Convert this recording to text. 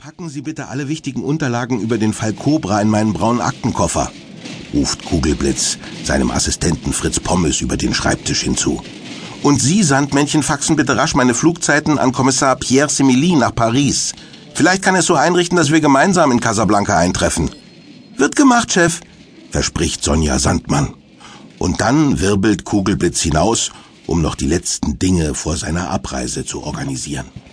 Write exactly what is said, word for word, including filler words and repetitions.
Packen Sie bitte alle wichtigen Unterlagen über den Fall Cobra in meinen braunen Aktenkoffer, ruft Kugelblitz seinem Assistenten Fritz Pommes über den Schreibtisch hinzu. Und Sie, Sandmännchen, faxen bitte rasch meine Flugzeiten an Kommissar Pierre Semilly nach Paris. Vielleicht kann er es so einrichten, dass wir gemeinsam in Casablanca eintreffen. Wird gemacht, Chef, verspricht Sonja Sandmann. Und dann wirbelt Kugelblitz hinaus, um noch die letzten Dinge vor seiner Abreise zu organisieren.